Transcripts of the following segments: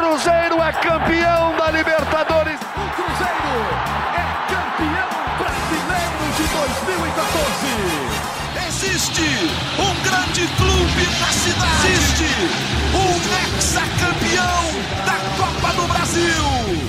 Cruzeiro é campeão da Libertadores. O Cruzeiro é campeão brasileiro de 2014. Existe um grande clube na cidade. Existe um hexacampeão da Copa do Brasil.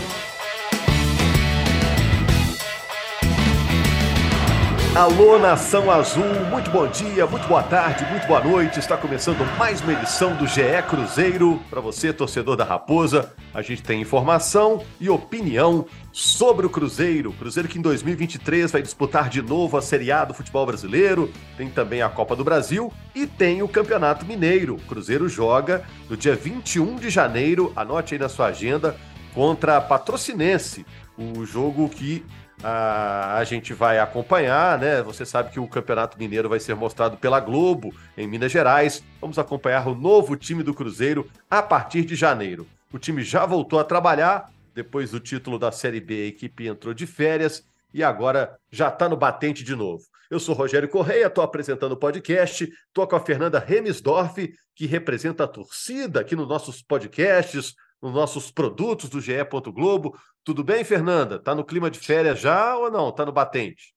Alô, Nação Azul, muito bom dia, muito boa tarde, muito boa noite. Está começando mais uma edição do GE Cruzeiro. Para você, torcedor da Raposa, a gente tem informação e opinião sobre o Cruzeiro. Cruzeiro que em 2023 vai disputar de novo a Série A do futebol brasileiro. Tem também a Copa do Brasil e tem o Campeonato Mineiro. O Cruzeiro joga no dia 21 de janeiro, anote aí na sua agenda, contra a Patrocinense. O jogo que a gente vai acompanhar, né? Você sabe que o Campeonato Mineiro vai ser mostrado pela Globo, em Minas Gerais. Vamos acompanhar o novo time do Cruzeiro a partir de janeiro. O time já voltou a trabalhar, depois do título da Série B, a equipe entrou de férias e agora já está no batente de novo. Eu sou Rogério Correia, estou apresentando o podcast, estou com a Fernanda Remisdorf, que representa a torcida aqui nos nossos podcasts, nos nossos produtos do GE. Globo. Tudo bem, Fernanda? Tá no clima de férias já ou não? Tá no batente?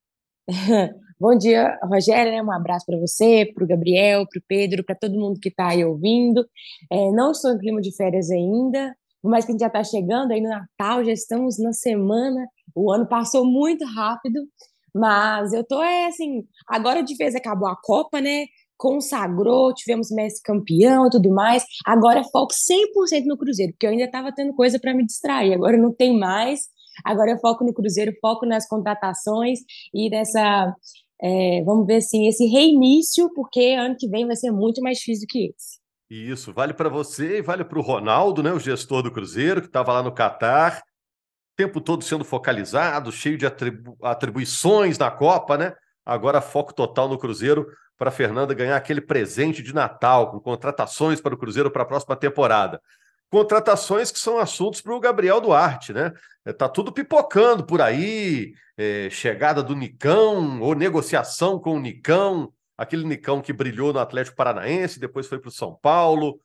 Bom dia, Rogério, Um abraço para você, para o Gabriel, para o Pedro, para todo mundo que está aí ouvindo. Não estou em clima de férias ainda, por mais que a gente já está chegando aí no Natal, já estamos na semana, o ano passou muito rápido, mas eu tô, assim, agora de vez acabou a Copa, né? Consagrou, tivemos Messi campeão e tudo mais. Agora é foco 100% no Cruzeiro, porque eu ainda estava tendo coisa para me distrair. Agora não tem mais. Agora eu foco no Cruzeiro, foco nas contratações e nessa, vamos ver assim, esse reinício, porque ano que vem vai ser muito mais difícil do que esse. Isso, vale para você e vale para o Ronaldo, né, o gestor do Cruzeiro, que estava lá no Catar, o tempo todo sendo focalizado, cheio de atribuições na Copa, né? Agora foco total no Cruzeiro, para a Fernanda ganhar aquele presente de Natal, com contratações para o Cruzeiro para a próxima temporada. Contratações que são assuntos para o Gabriel Duarte, né? Tá tudo pipocando por aí, chegada do Nicão, ou negociação com o Nicão, aquele Nicão que brilhou no Atlético Paranaense, depois foi para o São Paulo.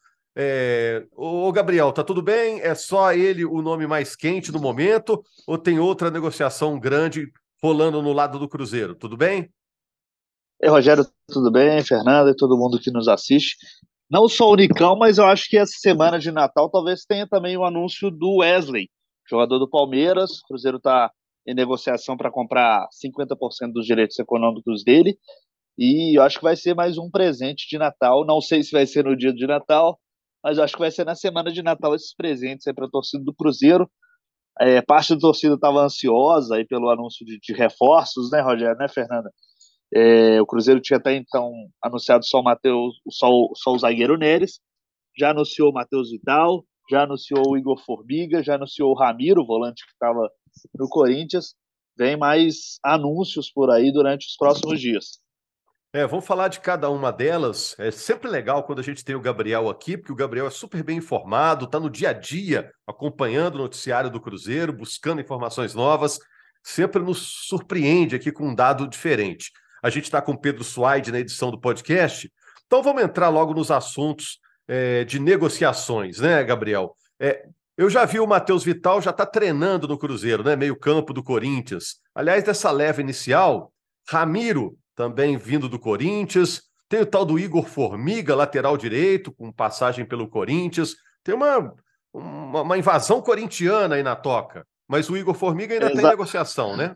Ô Gabriel, tá tudo bem? É só ele o nome mais quente no momento, ou tem outra negociação grande rolando no lado do Cruzeiro? Tudo bem? Ei, Rogério, tudo bem? Fernanda e todo mundo que nos assiste. Não só o Nicão, mas eu acho que essa semana de Natal talvez tenha também o anúncio do Wesley, jogador do Palmeiras. O Cruzeiro está em negociação para comprar 50% dos direitos econômicos dele. E eu acho que vai ser mais um presente de Natal. Não sei se vai ser no dia de Natal, mas eu acho que vai ser na semana de Natal esses presentes aí para a torcida do Cruzeiro. Parte da torcida estava ansiosa aí pelo anúncio de reforços, né, Rogério, né, Fernanda? O Cruzeiro tinha até então anunciado só o zagueiro Neres, já anunciou o Matheus Vital, já anunciou o Igor Formiga, já anunciou o Ramiro, o volante que estava no Corinthians. Vem mais anúncios por aí durante os próximos dias. Vamos falar de cada uma delas. É sempre legal quando a gente tem o Gabriel aqui, porque o Gabriel é super bem informado, está no dia a dia, acompanhando o noticiário do Cruzeiro, buscando informações novas, sempre nos surpreende aqui com um dado diferente. A gente está com o Pedro Suaide na edição do podcast, então vamos entrar logo nos assuntos de negociações, né, Gabriel? Eu já vi o Matheus Vital, já está treinando no Cruzeiro, né, meio campo do Corinthians. Aliás, dessa leva inicial, Ramiro, também vindo do Corinthians, tem o tal do Igor Formiga, lateral direito, com passagem pelo Corinthians, tem uma invasão corintiana aí na toca, mas o Igor Formiga ainda está em negociação, né?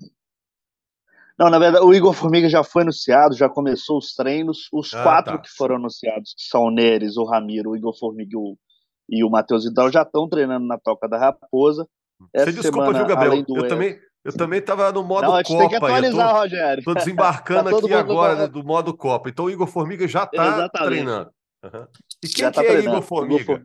Não, na verdade, o Igor Formiga já foi anunciado, já começou os treinos. Os quatro que foram anunciados, que são o Neres, o Ramiro, o Igor Formiga e o Matheus Vidal, já estão treinando na Toca da Raposa. Você desculpa, viu, Gabriel? Eu também estava no modo Copa. A gente tem que atualizar, Rogério. Estou desembarcando tá aqui agora, né, do modo Copa. Então o Igor Formiga já está treinando. Uhum. E quem que é Igor Formiga?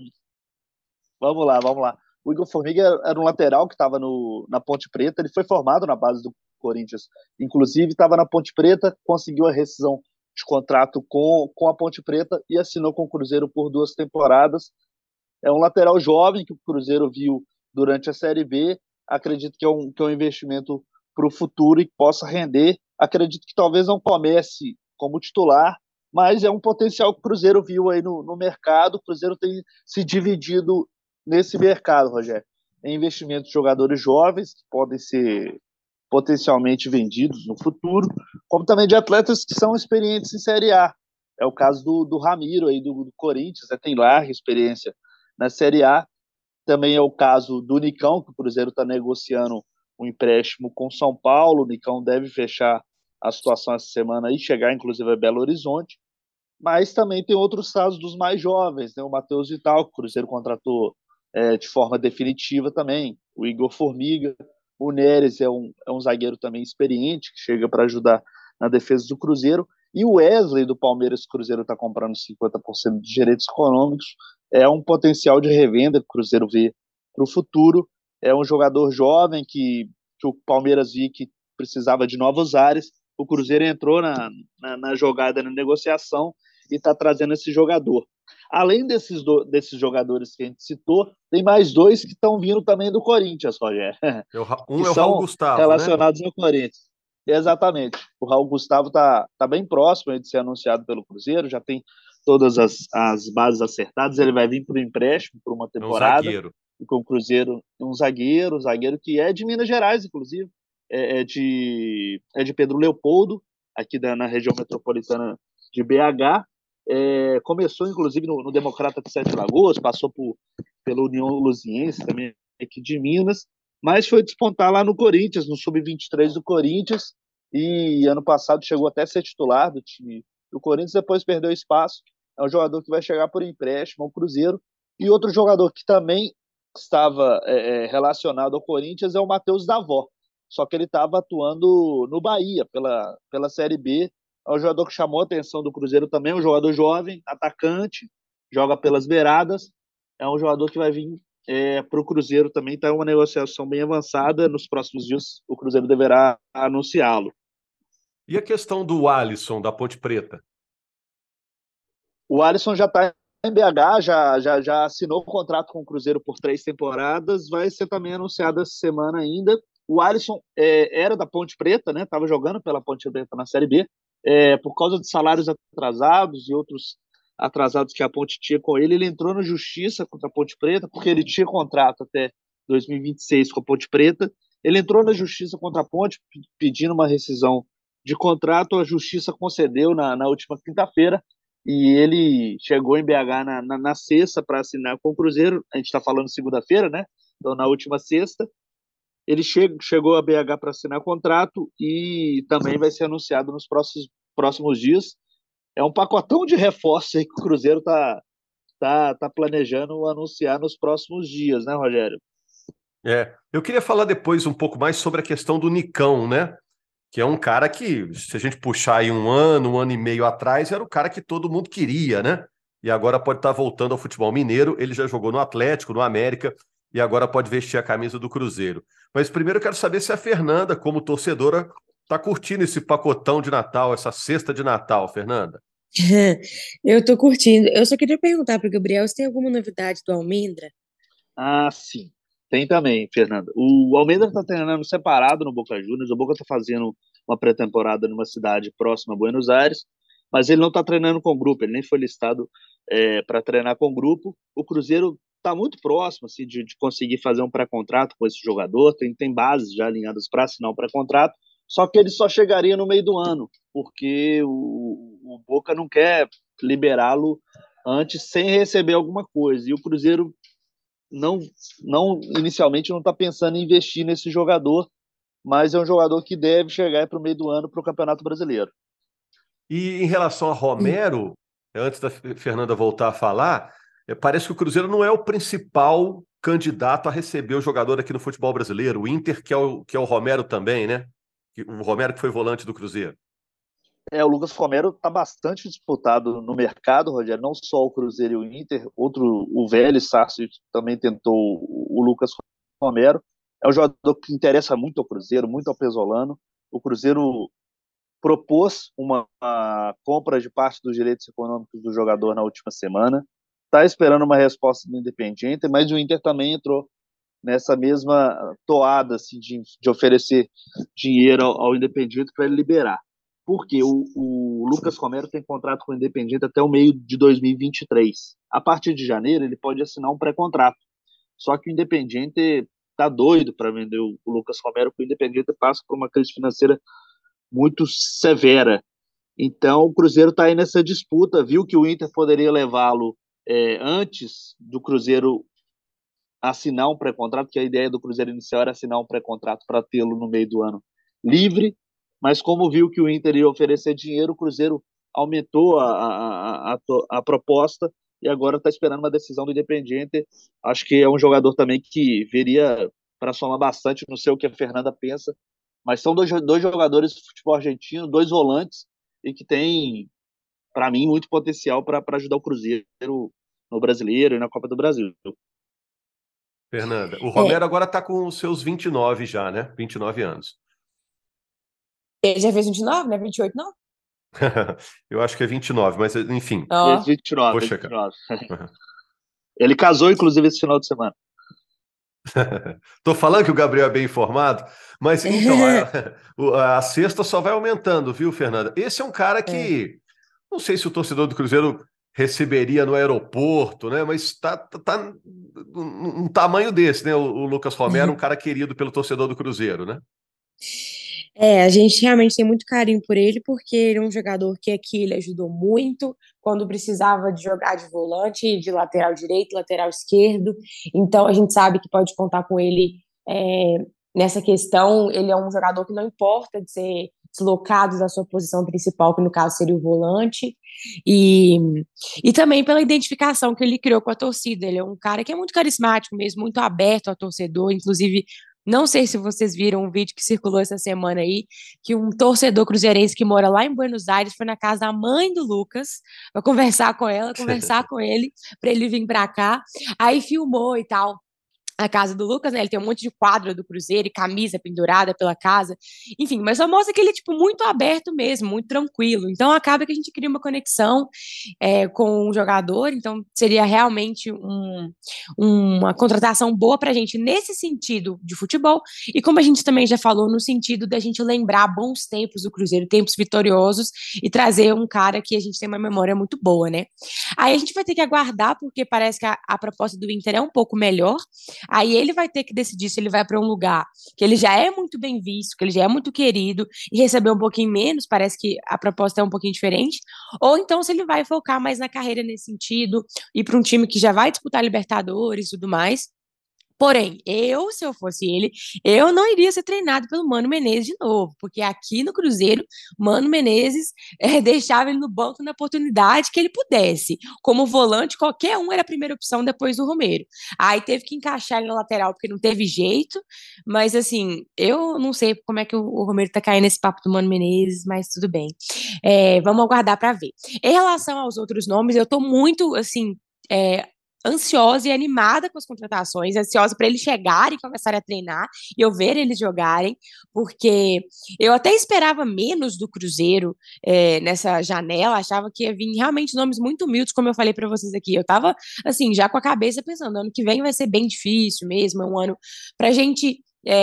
Vamos lá. O Igor Formiga era um lateral que estava na Ponte Preta. Ele foi formado na base do Corinthians. Inclusive, estava na Ponte Preta, conseguiu a rescisão de contrato com a Ponte Preta e assinou com o Cruzeiro por 2 temporadas. É um lateral jovem que o Cruzeiro viu durante a Série B. Acredito que é um investimento para o futuro e que possa render. Acredito que talvez não comece como titular, mas é um potencial que o Cruzeiro viu aí no mercado. O Cruzeiro tem se dividido nesse mercado, Rogério. É investimento de jogadores jovens que podem ser potencialmente vendidos no futuro, como também de atletas que são experientes em Série A. É o caso do Ramiro aí do Corinthians, né? Tem larga experiência na Série A. Também é o caso do Nicão, que o Cruzeiro está negociando um empréstimo com São Paulo. O Nicão deve fechar a situação essa semana e chegar, inclusive, a Belo Horizonte. Mas também tem outros casos dos mais jovens, né? O Matheus Vital, que o Cruzeiro contratou de forma definitiva também. O Igor Formiga. O Neres é um zagueiro também experiente, que chega para ajudar na defesa do Cruzeiro. E o Wesley, do Palmeiras, que o Cruzeiro está comprando 50% de direitos econômicos, é um potencial de revenda que o Cruzeiro vê para o futuro. É um jogador jovem que o Palmeiras viu que precisava de novos ares. O Cruzeiro entrou na jogada, na negociação, e está trazendo esse jogador. Além desses jogadores que a gente citou, tem mais dois que estão vindo também do Corinthians, Rogério. Um que é o Raul são Gustavo, relacionados ao Corinthians. Exatamente. O Raul Gustavo está bem próximo de ser anunciado pelo Cruzeiro, já tem todas as bases acertadas. Ele vai vir por empréstimo por uma né? É um temporada. zagueiro. E com o Cruzeiro, um zagueiro que é de Minas Gerais, inclusive. É de Pedro Leopoldo, aqui na região metropolitana de BH. Começou, inclusive, no Democrata de Sete Lagoas, passou pela União Luziense, também aqui de Minas, mas foi despontar lá no Corinthians, no Sub-23 do Corinthians, e ano passado chegou até a ser titular do time do Corinthians, depois perdeu espaço. É um jogador que vai chegar por empréstimo ao Cruzeiro. E outro jogador que também estava relacionado ao Corinthians é o Matheus Davó, só que ele estava atuando no Bahia, pela Série B. É um jogador que chamou a atenção do Cruzeiro também, um jogador jovem, atacante, joga pelas beiradas. É um jogador que vai vir para o Cruzeiro também. Está uma negociação bem avançada. Nos próximos dias, o Cruzeiro deverá anunciá-lo. E a questão do Alisson, da Ponte Preta? O Alisson já está em BH, já assinou o contrato com o Cruzeiro por 3 temporadas. Vai ser também anunciado essa semana ainda. O Alisson era da Ponte Preta, né? Estava jogando pela Ponte Preta na Série B. Por causa de salários atrasados e outros atrasados que a Ponte tinha com ele entrou na justiça contra a Ponte Preta, porque ele tinha contrato até 2026 com a Ponte Preta. Ele entrou na justiça contra a Ponte, pedindo uma rescisão de contrato. A justiça concedeu na última quinta-feira, e ele chegou em BH na sexta para assinar com o Cruzeiro. A gente está falando segunda-feira, né? Então, na última sexta, ele chegou a BH para assinar contrato e também vai ser anunciado nos próximos dias. É um pacotão de reforços aí que o Cruzeiro tá planejando anunciar nos próximos dias, né, Rogério? Eu queria falar depois um pouco mais sobre a questão do Nicão, né? Que é um cara que, se a gente puxar aí um ano e meio atrás, era o cara que todo mundo queria, né? E agora pode estar voltando ao futebol mineiro. Ele já jogou no Atlético, no América, e agora pode vestir a camisa do Cruzeiro. Mas primeiro eu quero saber se a Fernanda, como torcedora, está curtindo esse pacotão de Natal, essa cesta de Natal, Fernanda. Eu tô curtindo. Eu só queria perguntar para o Gabriel se tem alguma novidade do Almendra. Ah, sim. Tem também, Fernanda. O Almendra está treinando separado no Boca Juniors. O Boca está fazendo uma pré-temporada numa cidade próxima a Buenos Aires, mas ele não está treinando com grupo, ele nem foi listado para treinar com grupo. O Cruzeiro está muito próximo assim, de conseguir fazer um pré-contrato com esse jogador, tem bases já alinhadas para assinar um pré-contrato, só que ele só chegaria no meio do ano, porque o Boca não quer liberá-lo antes sem receber alguma coisa, e o Cruzeiro inicialmente não está pensando em investir nesse jogador, mas é um jogador que deve chegar para o meio do ano para o Campeonato Brasileiro. E em relação a Romero, antes da Fernanda voltar a falar, parece que o Cruzeiro não é o principal candidato a receber o jogador aqui no futebol brasileiro. O Inter, que é o Romero também, né? O Romero que foi volante do Cruzeiro. O Lucas Romero está bastante disputado no mercado, Rogério, não só o Cruzeiro e o Inter, o Vélez Sarsfield também tentou o Lucas Romero. É um jogador que interessa muito ao Cruzeiro, muito ao Pesolano. O Cruzeiro propôs uma compra de parte dos direitos econômicos do jogador na última semana. Está esperando uma resposta do Independiente, mas o Inter também entrou nessa mesma toada assim, de oferecer dinheiro ao Independiente para ele liberar. Porque o Lucas Romero tem contrato com o Independiente até o meio de 2023. A partir de janeiro, ele pode assinar um pré-contrato. Só que o Independiente tá doido para vender o Lucas Romero, porque o Independiente passa por uma crise financeira muito severa. Então, o Cruzeiro está aí nessa disputa, viu que o Inter poderia levá-lo antes do Cruzeiro assinar um pré-contrato, que a ideia do Cruzeiro inicial era assinar um pré-contrato para tê-lo no meio do ano livre, mas como viu que o Inter ia oferecer dinheiro, o Cruzeiro aumentou a proposta e agora está esperando uma decisão do Independiente. Acho que é um jogador também que viria para somar bastante, não sei o que a Fernanda pensa, mas são dois jogadores de futebol argentino, dois volantes, e que tem, para mim, muito potencial para ajudar o Cruzeiro no Brasileiro e na Copa do Brasil. Fernanda, o Romero agora está com os seus 29 já, né? 29 anos. Ele já fez 29, né? 28, não? Eu acho que é 29, mas enfim. Oh. 29, vou checar. 29. Ele casou, inclusive, esse final de semana. Tô falando que o Gabriel é bem informado, mas então, a cesta só vai aumentando, viu, Fernanda? Esse é um cara que, não sei se o torcedor do Cruzeiro receberia no aeroporto, né? Mas tá um tamanho desse, né? O Lucas Romero, um cara querido pelo torcedor do Cruzeiro, né? A gente realmente tem muito carinho por ele, porque ele é um jogador que aqui ele ajudou muito quando precisava de jogar de volante, de lateral direito, lateral esquerdo. Então a gente sabe que pode contar com ele nessa questão. Ele é um jogador que não importa de ser deslocado da sua posição principal, que no caso seria o volante, e também pela identificação que ele criou com a torcida. Ele é um cara que é muito carismático mesmo, muito aberto ao torcedor, inclusive. Não sei se vocês viram um vídeo que circulou essa semana aí, que um torcedor cruzeirense que mora lá em Buenos Aires foi na casa da mãe do Lucas para conversar com ela, conversar com ele, para ele vir para cá. Aí filmou e tal a casa do Lucas, né? Ele tem um monte de quadro do Cruzeiro e camisa pendurada pela casa. Enfim, mas só mostra que ele é, tipo, muito aberto mesmo, muito tranquilo. Então, acaba que a gente cria uma conexão com o jogador. Então, seria realmente uma contratação boa pra gente nesse sentido de futebol. E como a gente também já falou, no sentido da gente lembrar bons tempos do Cruzeiro, tempos vitoriosos, e trazer um cara que a gente tem uma memória muito boa, né? Aí a gente vai ter que aguardar, porque parece que a proposta do Inter é um pouco melhor. Aí ele vai ter que decidir se ele vai para um lugar que ele já é muito bem visto, que ele já é muito querido, e receber um pouquinho menos, parece que a proposta é um pouquinho diferente, ou então se ele vai focar mais na carreira nesse sentido, ir para um time que já vai disputar Libertadores e tudo mais. Porém, se eu fosse ele, eu não iria ser treinado pelo Mano Menezes de novo, porque aqui no Cruzeiro, Mano Menezes deixava ele no banco na oportunidade que ele pudesse. Como volante, qualquer um era a primeira opção depois do Romero. Aí teve que encaixar ele na lateral, porque não teve jeito, mas assim, eu não sei como é que o Romero tá caindo nesse papo do Mano Menezes, mas tudo bem. Vamos aguardar para ver. Em relação aos outros nomes, eu tô muito, assim, ansiosa e animada com as contratações, ansiosa para eles chegarem e começarem a treinar e eu ver eles jogarem, porque eu até esperava menos do Cruzeiro nessa janela, achava que ia vir realmente nomes muito humildes, como eu falei para vocês aqui. Eu tava, assim, já com a cabeça pensando, ano que vem vai ser bem difícil mesmo, é um ano pra gente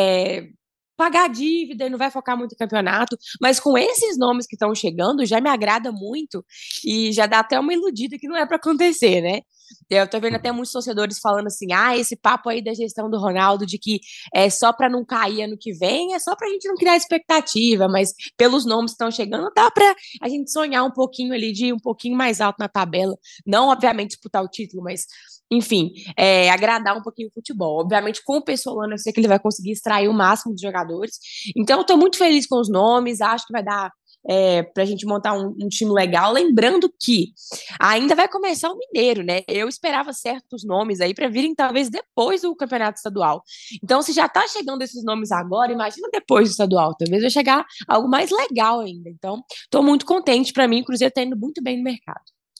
pagar a dívida e não vai focar muito em campeonato, mas com esses nomes que estão chegando, já me agrada muito e já dá até uma iludida que não é para acontecer, né? Eu tô vendo até muitos torcedores falando assim, esse papo aí da gestão do Ronaldo de que é só para não cair ano que vem, é só pra gente não criar expectativa, mas pelos nomes que estão chegando, dá pra a gente sonhar um pouquinho ali, de ir um pouquinho mais alto na tabela, não obviamente disputar o título, mas enfim, agradar um pouquinho o futebol. Obviamente, com o Pessolano, eu sei que ele vai conseguir extrair o máximo dos jogadores. Então, eu tô muito feliz com os nomes, acho que vai dar pra gente montar um time legal. Lembrando que ainda vai começar o Mineiro, né? Eu esperava certos nomes aí para virem talvez depois do Campeonato Estadual. Então, se já tá chegando esses nomes agora, imagina depois do estadual. Talvez vai chegar algo mais legal ainda. Então, tô muito contente. Para mim, o Cruzeiro tá indo muito bem no mercado.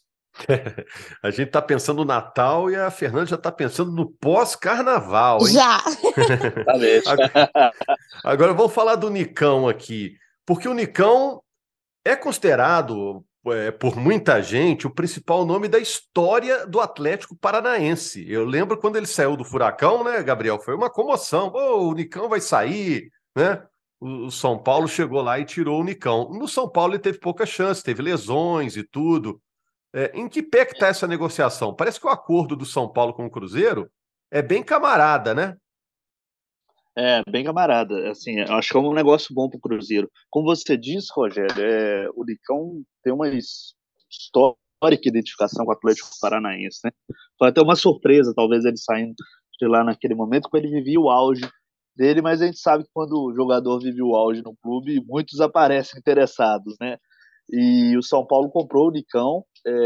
A gente tá pensando no Natal e a Fernanda já tá pensando no pós-carnaval, hein? Já! Agora vamos falar do Nicão aqui, porque o Nicão é considerado, por muita gente, o principal nome da história do Atlético Paranaense. Eu lembro quando ele saiu do Furacão, né, Gabriel? Foi uma comoção. O Nicão vai sair, né? O São Paulo chegou lá e tirou o Nicão. No São Paulo ele teve pouca chance, teve lesões e tudo. Em que pé que está essa negociação? Parece que o acordo do São Paulo com o Cruzeiro é bem camarada, né? É, bem camarada. Assim, eu acho que é um negócio bom pro Cruzeiro. Como você disse, Rogério, o Nicão tem uma histórica identificação com o Atlético Paranaense, né? Foi até uma surpresa, talvez ele saindo de lá naquele momento, porque ele vivia o auge dele, mas a gente sabe que quando o jogador vive o auge no clube, muitos aparecem interessados, né? E o São Paulo comprou o Nicão,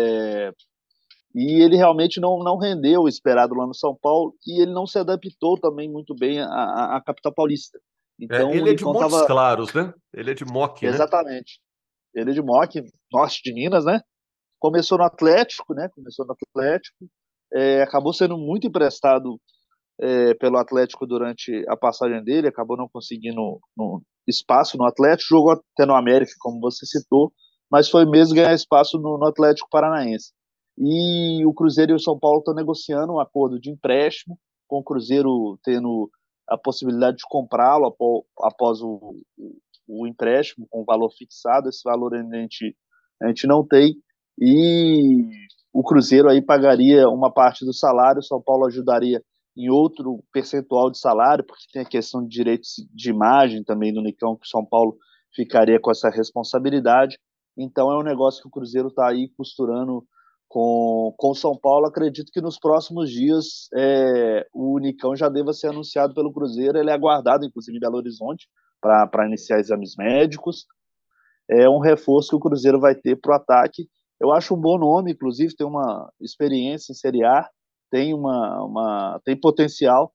e ele realmente não rendeu o esperado lá no São Paulo e ele não se adaptou também muito bem à capital paulista. Então o Ele é de Nicão Montes estava Claros, né? Ele é de Moc, né? exatamente. Ele é de Moca, norte de Minas, né? Começou no Atlético, né? Começou no Atlético, acabou sendo muito emprestado pelo Atlético durante a passagem dele, acabou não conseguindo no espaço no Atlético, jogou até no América, como você citou, mas foi mesmo ganhar espaço no Atlético Paranaense. E o Cruzeiro e o São Paulo estão negociando um acordo de empréstimo, com o Cruzeiro tendo a possibilidade de comprá-lo após o empréstimo, com o valor fixado. Esse valor a gente não tem. E o Cruzeiro aí pagaria uma parte do salário, o São Paulo ajudaria em outro percentual de salário, porque tem a questão de direitos de imagem também do Nicão, que o São Paulo ficaria com essa responsabilidade. Então é um negócio que o Cruzeiro está aí costurando com o São Paulo. Acredito que nos próximos dias o Nicão já deva ser anunciado pelo Cruzeiro. Ele é aguardado, inclusive, em Belo Horizonte, para iniciar exames médicos. É um reforço que o Cruzeiro vai ter para o ataque. Eu acho um bom nome, inclusive, tem uma experiência em Série A, tem potencial,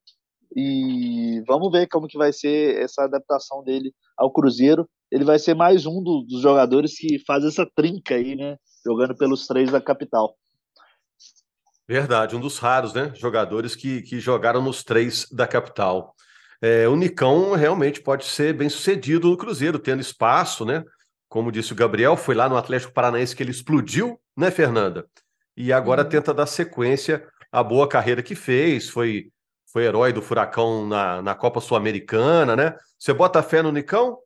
e vamos ver como que vai ser essa adaptação dele ao Cruzeiro. Ele vai ser mais um dos jogadores que faz essa trinca aí, né? Jogando pelos três da capital. Verdade, um dos raros, né? Jogadores que jogaram nos três da capital. O Nicão realmente pode ser bem sucedido no Cruzeiro, tendo espaço, né? Como disse o Gabriel, foi lá no Atlético Paranaense que ele explodiu, né, Fernanda? E agora tenta dar sequência à boa carreira que fez, foi herói do Furacão na Copa Sul-Americana, né? Você bota fé no Nicão?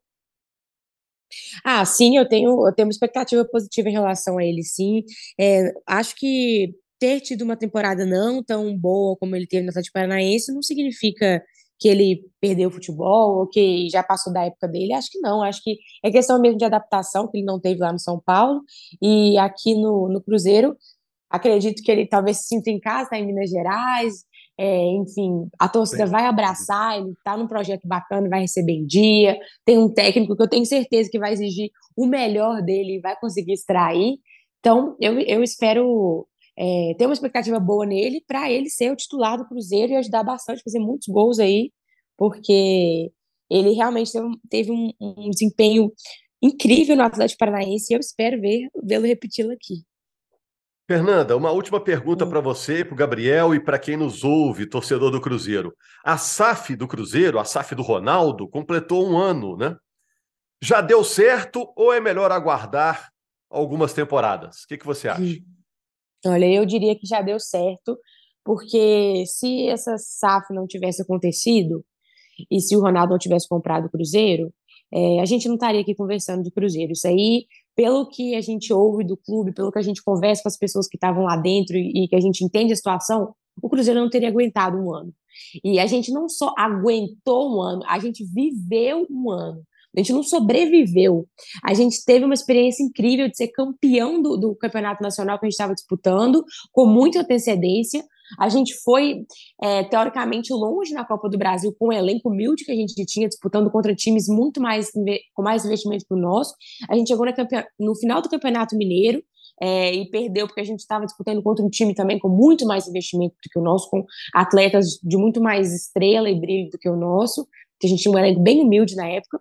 Ah, sim, eu tenho uma expectativa positiva em relação a ele, sim. Acho que ter tido uma temporada não tão boa como ele teve no Atlético Paranaense não significa que ele perdeu o futebol ou que já passou da época dele. Acho que não, acho que é questão mesmo de adaptação que ele não teve lá no São Paulo e aqui no Cruzeiro. Acredito que ele talvez se sinta em casa, tá em Minas Gerais, enfim, a torcida Bem. vai abraçar, ele está num projeto bacana, vai receber em dia, tem um técnico que eu tenho certeza que vai exigir o melhor dele e vai conseguir extrair. Então, eu espero ter uma expectativa boa nele para ele ser o titular do Cruzeiro e ajudar bastante, fazer muitos gols aí, porque ele realmente teve um desempenho incrível no Atlético Paranaense e eu espero vê-lo repeti-lo aqui. Fernanda, uma última pergunta para você, para o Gabriel e para quem nos ouve, torcedor do Cruzeiro. A SAF do Cruzeiro, a SAF do Ronaldo, completou um ano, né? Já deu certo ou é melhor aguardar algumas temporadas? O que você acha? Olha, eu diria que já deu certo, porque se essa SAF não tivesse acontecido e se o Ronaldo não tivesse comprado o Cruzeiro, a gente não estaria aqui conversando de Cruzeiro. Isso aí, pelo que a gente ouve do clube, pelo que a gente conversa com as pessoas que estavam lá dentro e que a gente entende a situação, o Cruzeiro não teria aguentado um ano. E a gente não só aguentou um ano, a gente viveu um ano. A gente não sobreviveu. A gente teve uma experiência incrível de ser campeão do campeonato nacional que a gente estava disputando, com muita antecedência. A gente foi, teoricamente, longe na Copa do Brasil com o elenco humilde que a gente tinha, disputando contra times muito mais com mais investimento que o nosso. A gente chegou no final do Campeonato Mineiro e perdeu porque a gente estava disputando contra um time também com muito mais investimento do que o nosso, com atletas de muito mais estrela e brilho do que o nosso, que a gente tinha um elenco bem humilde na época.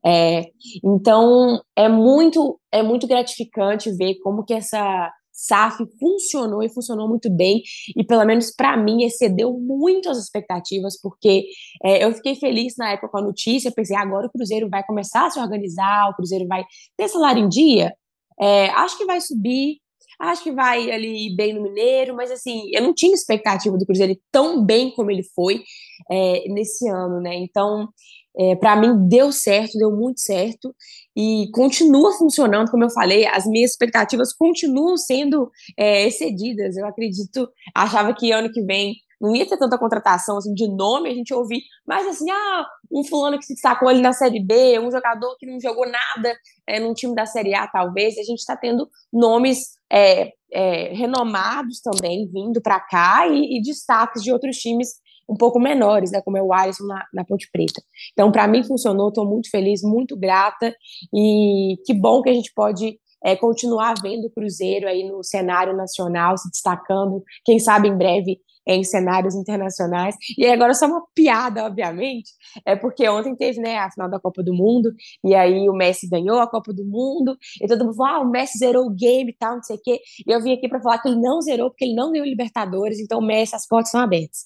Então é muito gratificante ver como que essa SAF funcionou e funcionou muito bem e pelo menos para mim excedeu muito as expectativas, porque eu fiquei feliz na época com a notícia, pensei agora o Cruzeiro vai começar a se organizar, o Cruzeiro vai ter salário em dia, acho que vai subir, acho que vai ali bem no Mineiro, mas assim, eu não tinha expectativa do Cruzeiro ir tão bem como ele foi nesse ano, né? Então para mim deu certo, deu muito certo e continua funcionando, como eu falei, as minhas expectativas continuam sendo excedidas. Eu acredito, achava que ano que vem não ia ter tanta contratação assim, de nome, a gente ouvir, mas assim, um fulano que se destacou ali na Série B, um jogador que não jogou nada num time da Série A, talvez, a gente está tendo nomes renomados também vindo para cá e destaques de outros times um pouco menores, né, como é o Alisson na Ponte Preta. Então, para mim, funcionou, estou muito feliz, muito grata, e que bom que a gente pode continuar vendo o Cruzeiro aí no cenário nacional, se destacando, quem sabe em breve em cenários internacionais. E agora só uma piada, obviamente, porque ontem teve, né, a final da Copa do Mundo, e aí o Messi ganhou a Copa do Mundo, e todo mundo falou, o Messi zerou o game e tal, não sei o quê, e eu vim aqui para falar que ele não zerou, porque ele não ganhou Libertadores, então o Messi, as portas são abertas.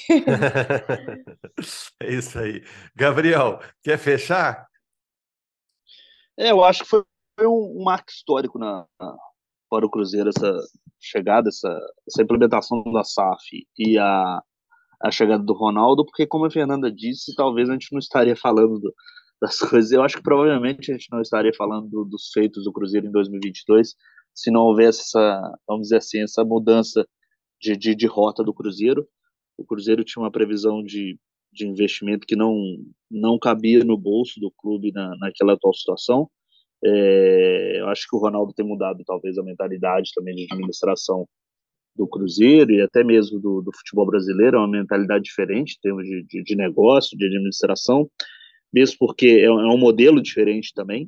É isso aí. Gabriel, quer fechar? Eu acho que foi um marco histórico para o Cruzeiro, essa chegada, essa implementação da SAF e a chegada do Ronaldo, porque, como a Fernanda disse, talvez a gente não estaria falando das coisas. Eu acho que provavelmente a gente não estaria falando dos feitos do Cruzeiro em 2022 se não houvesse vamos dizer assim, essa mudança de rota do Cruzeiro. O Cruzeiro tinha uma previsão de investimento que não cabia no bolso do clube naquela atual situação. Eu acho que o Ronaldo tem mudado talvez a mentalidade também de administração do Cruzeiro e até mesmo do futebol brasileiro, é uma mentalidade diferente em termos de negócio, de administração, mesmo porque é um modelo diferente também.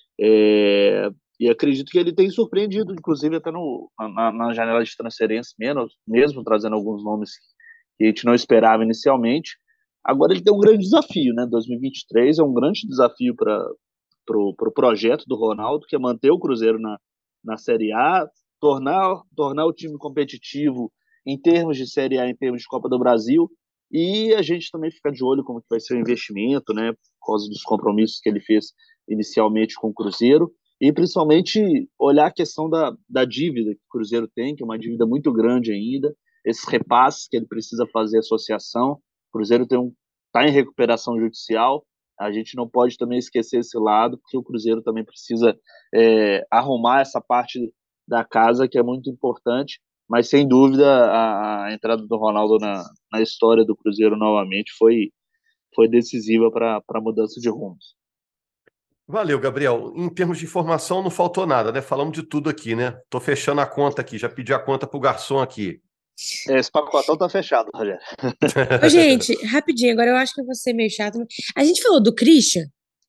E acredito que ele tem surpreendido, inclusive até na janela de transferência, mesmo trazendo alguns nomes que a gente não esperava inicialmente. Agora ele tem um grande desafio, né? 2023 é um grande desafio para o projeto do Ronaldo, que é manter o Cruzeiro na Série A, tornar o time competitivo em termos de Série A, em termos de Copa do Brasil, e a gente também fica de olho como que vai ser o investimento, né, por causa dos compromissos que ele fez inicialmente com o Cruzeiro, e principalmente olhar a questão da dívida que o Cruzeiro tem, que é uma dívida muito grande ainda, esses repasses que ele precisa fazer à associação. O Cruzeiro está em recuperação judicial, a gente não pode também esquecer esse lado, porque o Cruzeiro também precisa arrumar essa parte da casa, que é muito importante, mas sem dúvida a entrada do Ronaldo na história do Cruzeiro novamente foi decisiva para a mudança de rumos. Valeu, Gabriel. Em termos de informação, não faltou nada, né? Falamos de tudo aqui, né? Tô fechando a conta aqui, já pedi a conta pro garçom aqui. Esse pacotão tá fechado, Rogério. Ô, gente, rapidinho, agora eu acho que eu vou ser meio chato. A gente falou do Christian?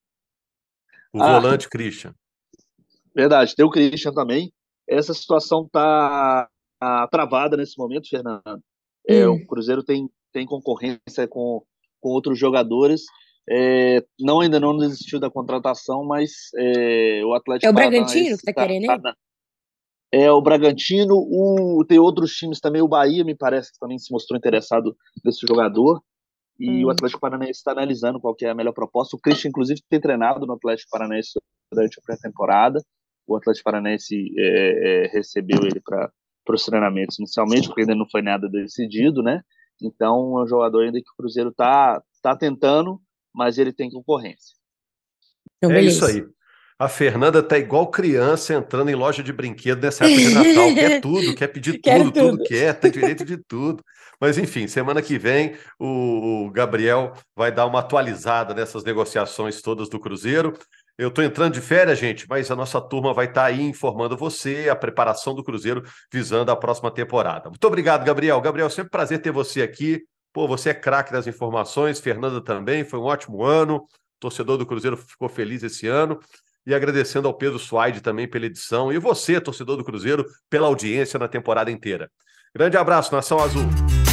O volante Christian. Verdade, tem o Christian também. Essa situação tá travada nesse momento, Fernando. O Cruzeiro tem concorrência com outros jogadores. Ainda não desistiu da contratação, mas o Atlético o Bragantino que tá querendo ele? O Bragantino, tem outros times também, o Bahia me parece que também se mostrou interessado nesse jogador, e o Atlético Paranaense está analisando qual que é a melhor proposta. O Christian, inclusive, tem treinado no Atlético Paranaense durante a pré-temporada. O Atlético Paranaense recebeu ele para os treinamentos inicialmente, porque ainda não foi nada decidido, né? Então é um jogador ainda que o Cruzeiro tá tentando, mas ele tem concorrência. Então, isso aí. A Fernanda tá igual criança entrando em loja de brinquedo nessa época de Natal. Quer tudo, quer pedir tudo quer, tem direito de tudo. Mas enfim, semana que vem o Gabriel vai dar uma atualizada nessas negociações todas do Cruzeiro. Eu estou entrando de férias, gente, mas a nossa turma vai estar aí informando você, a preparação do Cruzeiro visando a próxima temporada. Muito obrigado, Gabriel. Gabriel, sempre um prazer ter você aqui. Pô, você é craque das informações, Fernanda também, foi um ótimo ano. O torcedor do Cruzeiro ficou feliz esse ano. E agradecendo ao Pedro Suaide também pela edição. E você, torcedor do Cruzeiro, pela audiência na temporada inteira. Grande abraço, Nação Azul.